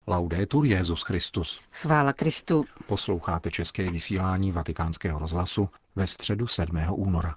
Laudetur Jesus Christus. Chvála Kristu. Posloucháte české vysílání Vatikánského rozhlasu ve středu 7. února.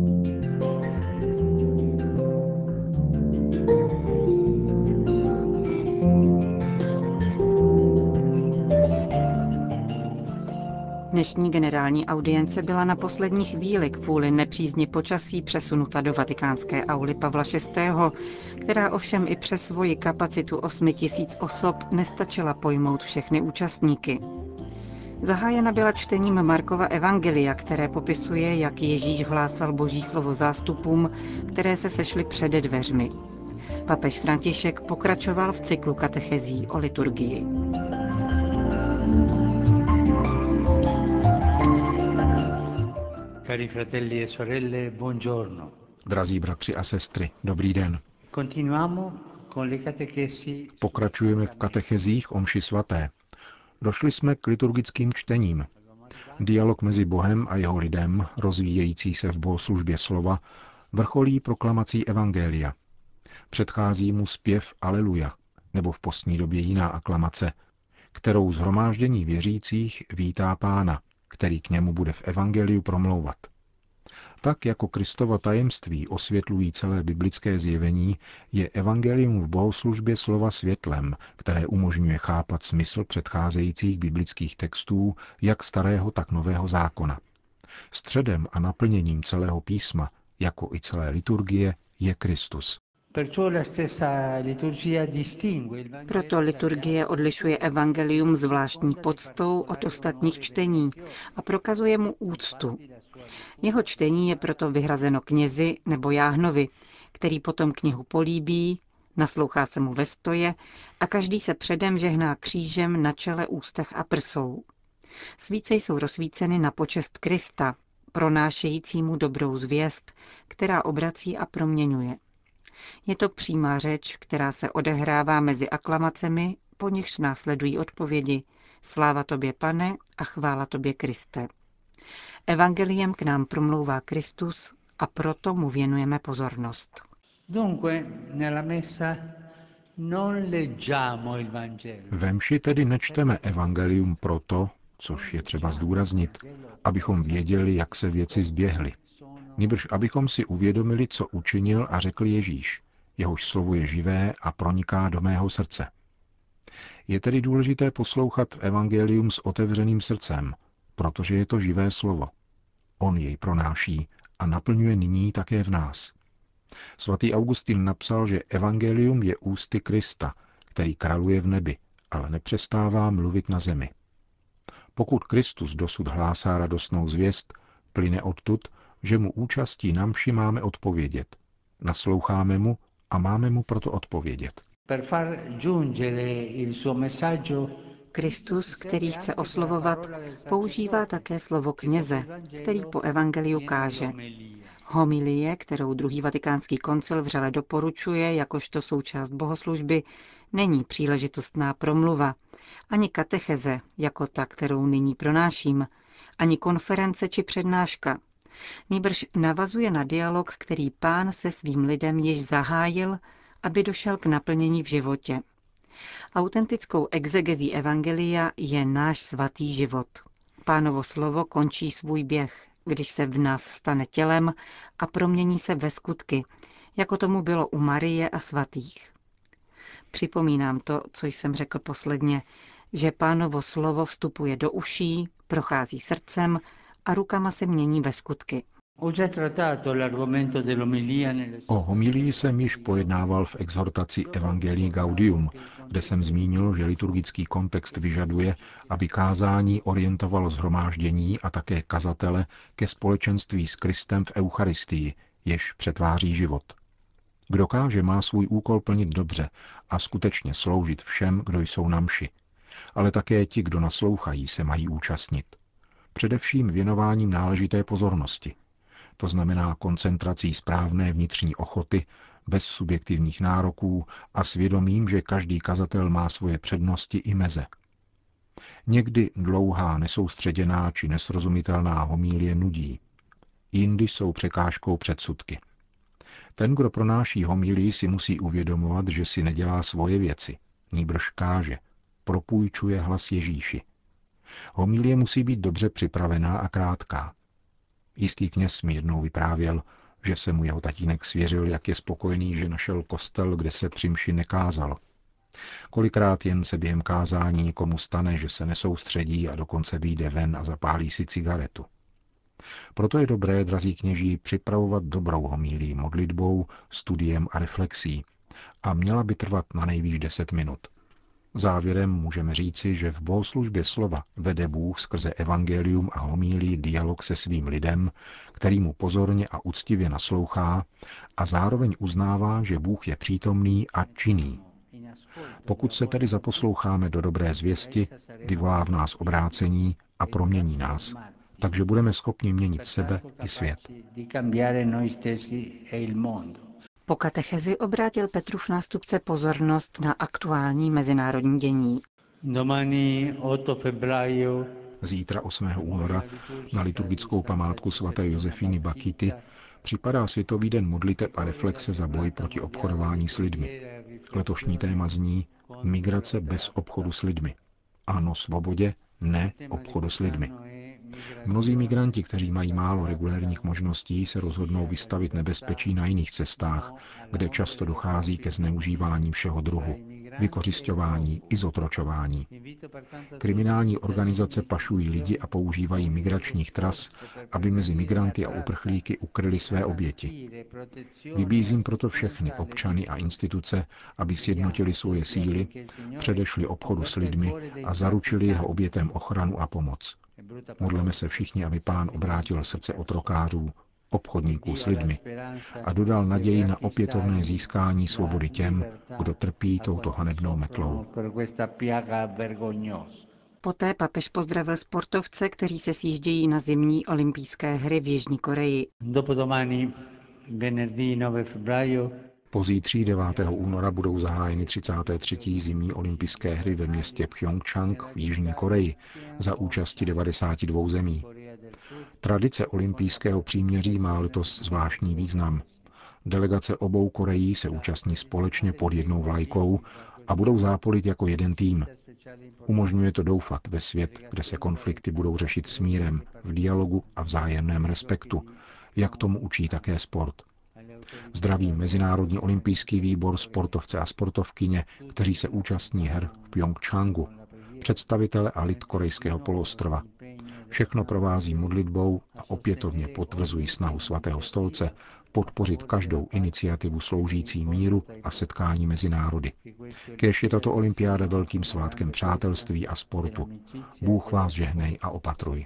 Dnešní generální audience byla na poslední chvíli kvůli nepřízni počasí přesunuta do vatikánské auly Pavla VI., která ovšem i přes svoji kapacitu 8 000 osob nestačila pojmout všechny účastníky. Zahájena byla čtením Markova evangelia, které popisuje, jak Ježíš hlásal Boží slovo zástupům, které se sešly před dveřmi. Papež František pokračoval v cyklu katechezí o liturgii. Cari fratelli e sorelle, buongiorno. Drazí bratři a sestry, dobrý den. Pokračujeme v katechezích o mši svaté. Došli jsme k liturgickým čtením. Dialog mezi Bohem a jeho lidem, rozvíjející se v bohoslužbě slova, vrcholí proklamací evangelia. Předchází mu zpěv Aleluja, nebo v postní době jiná aklamace, kterou shromáždění věřících vítá Pána, který k němu bude v evangeliu promlouvat. Tak jako Kristovo tajemství osvětlují celé biblické zjevení, je evangelium v bohoslužbě slova světlem, které umožňuje chápat smysl předcházejících biblických textů, jak starého, tak nového zákona. Středem a naplněním celého písma, jako i celé liturgie, je Kristus. Proto liturgie odlišuje evangelium zvláštní poctou od ostatních čtení a prokazuje mu úctu. Jeho čtení je proto vyhrazeno knězi nebo jáhnovi, který potom knihu políbí, naslouchá se mu ve stoje a každý se předem žehná křížem na čele, ústech a prsou. Svíce jsou rozsvíceny na počest Krista, pronášejícímu dobrou zvěst, která obrací a proměňuje. Je to přímá řeč, která se odehrává mezi aklamacemi, po nichž následují odpovědi Sláva tobě, Pane, a chvála tobě, Kriste. Evangeliem k nám promlouvá Kristus a proto mu věnujeme pozornost. Ve mši tedy nečteme evangelium proto, což je třeba zdůraznit, abychom věděli, jak se věci zběhly. Nýbrž abychom si uvědomili, co učinil a řekl Ježíš, jehož slovo je živé a proniká do mého srdce. Je tedy důležité poslouchat evangelium s otevřeným srdcem, protože je to živé slovo. On jej pronáší a naplňuje nyní také v nás. Svatý Augustin napsal, že evangelium je ústy Krista, který králuje v nebi, ale nepřestává mluvit na zemi. Pokud Kristus dosud hlásá radostnou zvěst, plyne odtud, že mu účastí na mši máme odpovědět. Nasloucháme mu a máme mu proto odpovědět. Kristus, který chce oslovovat, používá také slovo kněze, který po evangeliu káže. Homilie, kterou druhý vatikánský koncil vřele doporučuje jakožto součást bohoslužby, není příležitostná promluva, ani katecheze, jako ta, kterou nyní pronáším, ani konference či přednáška. Nýbrž navazuje na dialog, který Pán se svým lidem již zahájil, aby došel k naplnění v životě. Autentickou exegezí evangelia je náš svatý život. Pánovo slovo končí svůj běh, když se v nás stane tělem a promění se ve skutky, jako tomu bylo u Marie a svatých. Připomínám to, co jsem řekl posledně, že Pánovo slovo vstupuje do uší, prochází srdcem a rukama se mění ve skutky. O homilii jsem již pojednával v exhortaci Evangelii Gaudium, kde jsem zmínil, že liturgický kontext vyžaduje, aby kázání orientovalo shromáždění a také kazatele ke společenství s Kristem v Eucharistii, jež přetváří život. Kdo káže, má svůj úkol plnit dobře a skutečně sloužit všem, kdo jsou na mši. Ale také ti, kdo naslouchají, se mají účastnit. Především věnováním náležité pozornosti. To znamená koncentrací správné vnitřní ochoty, bez subjektivních nároků a svědomím, že každý kazatel má svoje přednosti i meze. Někdy dlouhá, nesoustředěná či nesrozumitelná homilie nudí. Jindy jsou překážkou předsudky. Ten, kdo pronáší homilii, si musí uvědomovat, že si nedělá svoje věci, nýbrž káže. propůjčuje hlas Ježíši. Homilie musí být dobře připravená a krátká. Jistý kněz mi jednou vyprávěl, že se mu jeho tatínek svěřil, jak je spokojený, že našel kostel, kde se při mši nekázalo. Kolikrát jen se během kázání někomu stane, že se nesoustředí a dokonce vyjde ven a zapálí si cigaretu. Proto je dobré, drazí kněží, připravovat dobrou homilii modlitbou, studiem a reflexí a měla by trvat na nejvýš 10 minut. Závěrem můžeme říci, že v bohoslužbě slova vede Bůh skrze evangelium a homilii dialog se svým lidem, který mu pozorně a uctivě naslouchá a zároveň uznává, že Bůh je přítomný a činný. Pokud se tedy zaposloucháme do dobré zvěsti, vyvolá v nás obrácení a promění nás, takže budeme schopni měnit sebe i svět. Po katechezi obrátil Petrův nástupce pozornost na aktuální mezinárodní dění. Zítra 8. února na liturgickou památku svaté Josefíny Bakity připadá Světový den modliteb a reflexe za boj proti obchodování s lidmi. Letošní téma zní Migrace bez obchodu s lidmi. Ano svobodě, ne obchodu s lidmi. Mnozí migranti, kteří mají málo regulérních možností, se rozhodnou vystavit nebezpečí na jiných cestách, kde často dochází ke zneužívání všeho druhu, vykořisťování i zotročování. Kriminální organizace pašují lidi a používají migračních tras, aby mezi migranty a uprchlíky ukryli své oběti. Vybízím proto všechny občany a instituce, aby sjednotili svoje síly, předešli obchodu s lidmi a zaručili jeho obětem ochranu a pomoc. Modleme se všichni, aby Pán obrátil srdce otrokářů, obchodníků s lidmi a dodal naději na opětovné získání svobody těm, kdo trpí touto hanebnou metlou. Poté papež pozdravil sportovce, kteří se sjíždějí na zimní olympijské hry v Jižní Koreji. Pozítří 9. února budou zahájeny 33. zimní olympijské hry ve městě Pchjongčchang v Jižní Koreji za účasti 92 zemí. Tradice olympijského příměří má letos zvláštní význam. Delegace obou Koreí se účastní společně pod jednou vlajkou a budou zápolit jako jeden tým. Umožňuje to doufat ve svět, kde se konflikty budou řešit smírem, v dialogu a vzájemném respektu, jak tomu učí také sport. Zdravím Mezinárodní olympijský výbor, sportovce a sportovkyně, kteří se účastní her v Pchjongčchangu, představitele a lid korejského poloostrova. Všechno provází modlitbou a opětovně potvrzují snahu svatého stolce podpořit každou iniciativu sloužící míru a setkání mezi národy. Kéž je tato olympiáda velkým svátkem přátelství a sportu. Bůh vás žehnej a opatruj.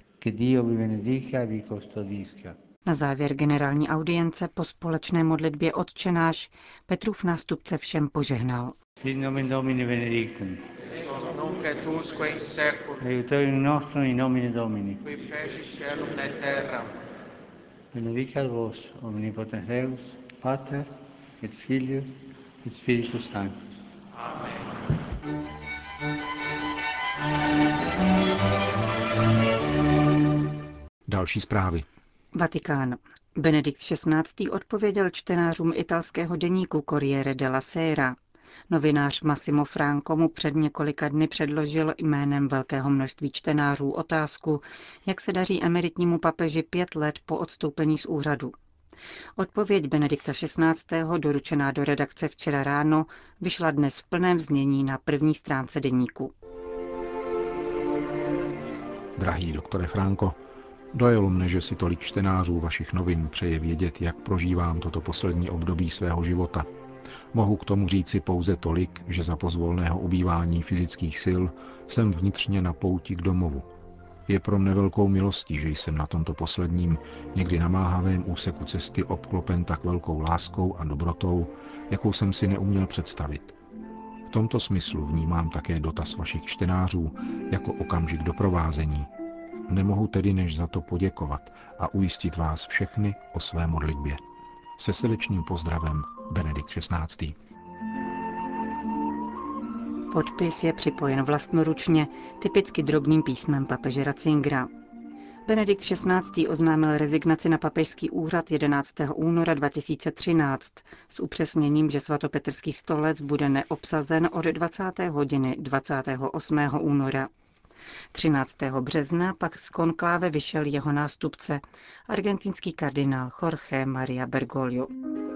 Na závěr generální audience po společné modlitbě Otčenáš Petrův nástupce všem požehnal. Sit nomen Domini benedictum. Nunc et usque in seculum. Aiutorium nostrum in nomine Domini. Qui fecit caelum et terram. Benedicat vos omnipotens Deus, Pater et Filius et Spiritus Sanctus. Amen. Další zprávy. Vatikán. Benedikt XVI. Odpověděl čtenářům italského deníku Corriere della Sera. Novinář Massimo Franco mu před několika dny předložil jménem velkého množství čtenářů otázku, jak se daří emeritnímu papeži 5 let po odstoupení z úřadu. Odpověď Benedikta XVI. Doručená do redakce včera ráno vyšla dnes v plném znění na první stránce deníku. Drahý doktore Franco, dojelo mne, že si tolik čtenářů vašich novin přeje vědět, jak prožívám toto poslední období svého života. Mohu k tomu říci pouze tolik, že za pozvolného ubývání fyzických sil jsem vnitřně na pouti k domovu. Je pro mne velkou milostí, že jsem na tomto posledním, někdy namáhavém úseku cesty obklopen tak velkou láskou a dobrotou, jakou jsem si neuměl představit. V tomto smyslu vnímám také dotaz vašich čtenářů jako okamžik doprovázení. Nemohu tedy než za to poděkovat a ujistit vás všechny o své modlitbě. Se srdečným pozdravem, Benedikt XVI. Podpis je připojen vlastnoručně, typicky drobným písmem papeže Ratzingera. Benedikt XVI. Oznámil rezignaci na papežský úřad 11. února 2013 s upřesněním, že svatopetrský stolec bude neobsazen od 20. hodiny 28. února. 13. března pak z konkláve vyšel jeho nástupce, argentinský kardinál Jorge María Bergoglio.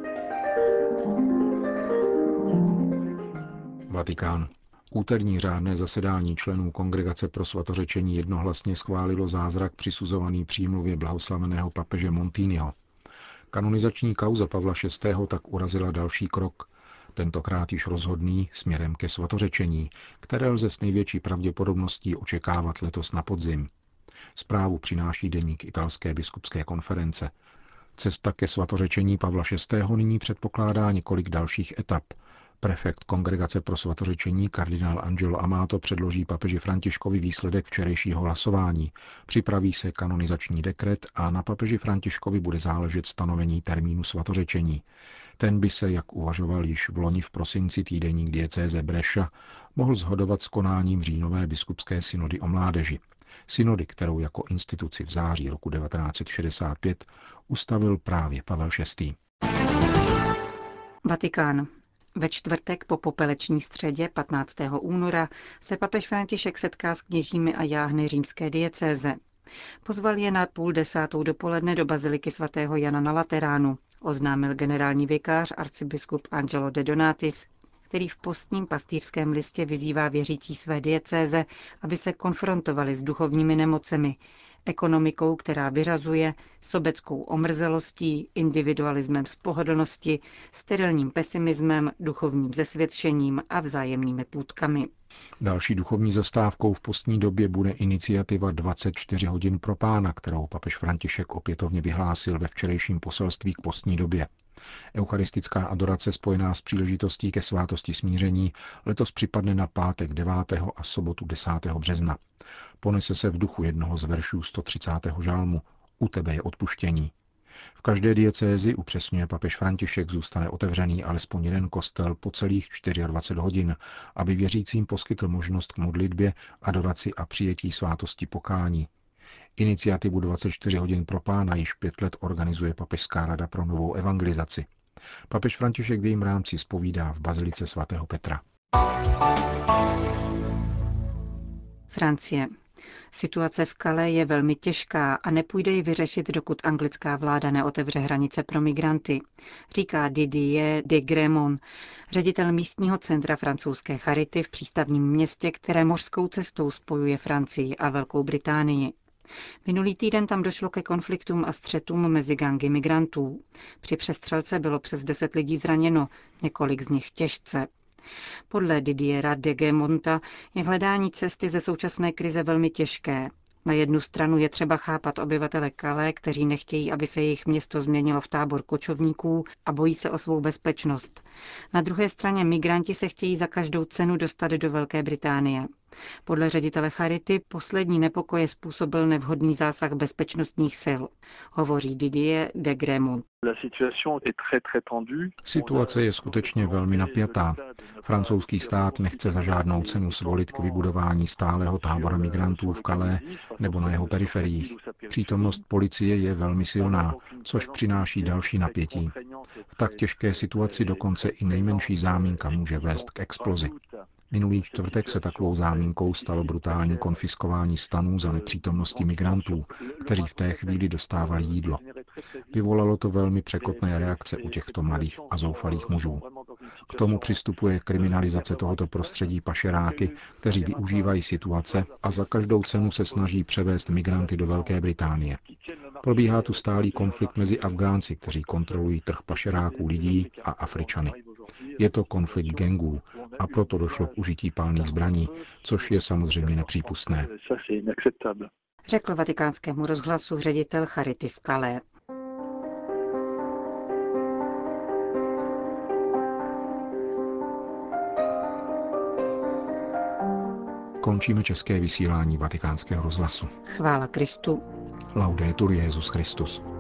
Vatikán. Úterní řádné zasedání členů Kongregace pro svatořečení jednohlasně schválilo zázrak přisuzovaný přímluvě blahoslaveného papeže Montiniho. Kanonizační kauza Pavla VI. Tak urazila další krok, tentokrát již rozhodný směrem ke svatořečení, které lze s největší pravděpodobností očekávat letos na podzim. Zprávu přináší deník italské biskupské konference. Cesta ke svatořečení Pavla VI. Nyní předpokládá několik dalších etap. Prefekt Kongregace pro svatořečení kardinál Angelo Amato předloží papeži Františkovi výsledek včerejšího hlasování. Připraví se kanonizační dekret a na papeži Františkovi bude záležet stanovení termínu svatořečení. Ten by se, jak uvažoval již v loni v prosinci týdeník diecéze Brescia, mohl shodovat s konáním říjnové biskupské synody o mládeži. Synody, kterou jako instituci v září roku 1965 ustavil právě Pavel VI. Vatikán. Ve čtvrtek po popeleční středě 15. února se papež František setká s kněžími a jáhny římské diecéze. Pozval je na 9:30 dopoledne do baziliky svatého Jana na Lateránu, oznámil generální vikář arcibiskup Angelo de Donatis, který v postním pastýřském listě vyzývá věřící své diecéze, aby se konfrontovali s duchovními nemocemi, ekonomikou, která vyřazuje, sobeckou omrzelostí, individualismem z pohodlnosti, sterilním pesimismem, duchovním zesvědčením a vzájemnými půtkami. Další duchovní zastávkou v postní době bude iniciativa 24 hodin pro Pána, kterou papež František opětovně vyhlásil ve včerejším poselství k postní době. Eucharistická adorace spojená s příležitostí ke svátosti smíření letos připadne na pátek 9. a sobotu 10. března. Ponese se v duchu jednoho z veršů 130. žalmu U tebe je odpuštění. V každé diecézi, upřesňuje papež František, zůstane otevřený alespoň jeden kostel po celých 24 hodin, aby věřícím poskytl možnost k modlitbě, adoraci a přijetí svátosti pokání. Iniciativu 24 hodin pro Pána již 5 let organizuje Papežská rada pro novou evangelizaci. Papež František v jejím rámci zpovídá v bazilice svatého Petra. Francie. Situace v Calais je velmi těžká a nepůjde ji vyřešit, dokud anglická vláda neotevře hranice pro migranty, říká Didier de Gremon, ředitel místního centra francouzské charity v přístavním městě, které mořskou cestou spojuje Francii a Velkou Británii. Minulý týden tam došlo ke konfliktům a střetům mezi gangy migrantů. Při přestřelce bylo přes 10 lidí zraněno, několik z nich těžce. Podle Didiera de Gemonta je hledání cesty ze současné krize velmi těžké. Na jednu stranu je třeba chápat obyvatele Calais, kteří nechtějí, aby se jejich město změnilo v tábor kočovníků a bojí se o svou bezpečnost. Na druhé straně migranti se chtějí za každou cenu dostat do Velké Británie. Podle ředitele Charity poslední nepokoje způsobil nevhodný zásah bezpečnostních sil, hovoří Didier de Gremont. Situace je skutečně velmi napjatá. Francouzský stát nechce za žádnou cenu svolit k vybudování stálého tábora migrantů v Calais nebo na jeho periferiích. Přítomnost policie je velmi silná, což přináší další napětí. V tak těžké situaci dokonce i nejmenší záminka může vést k explozi. Minulý čtvrtek se takovou záminkou stalo brutální konfiskování stanů za nepřítomnosti migrantů, kteří v té chvíli dostávali jídlo. Vyvolalo to velmi překotné reakce u těchto mladých a zoufalých mužů. K tomu přistupuje kriminalizace tohoto prostředí pašeráky, kteří využívají situace a za každou cenu se snaží převést migranty do Velké Británie. Probíhá tu stálý konflikt mezi Afgánci, kteří kontrolují trh pašeráků lidí, a Afričany. Je to konflikt gangů a proto došlo k užití palných zbraní, což je samozřejmě nepřípustné. Řekl Vatikánskému rozhlasu ředitel Charity v Calais. Končíme české vysílání Vatikánského rozhlasu. Chvála Kristu. Laudetur Jesus Christus.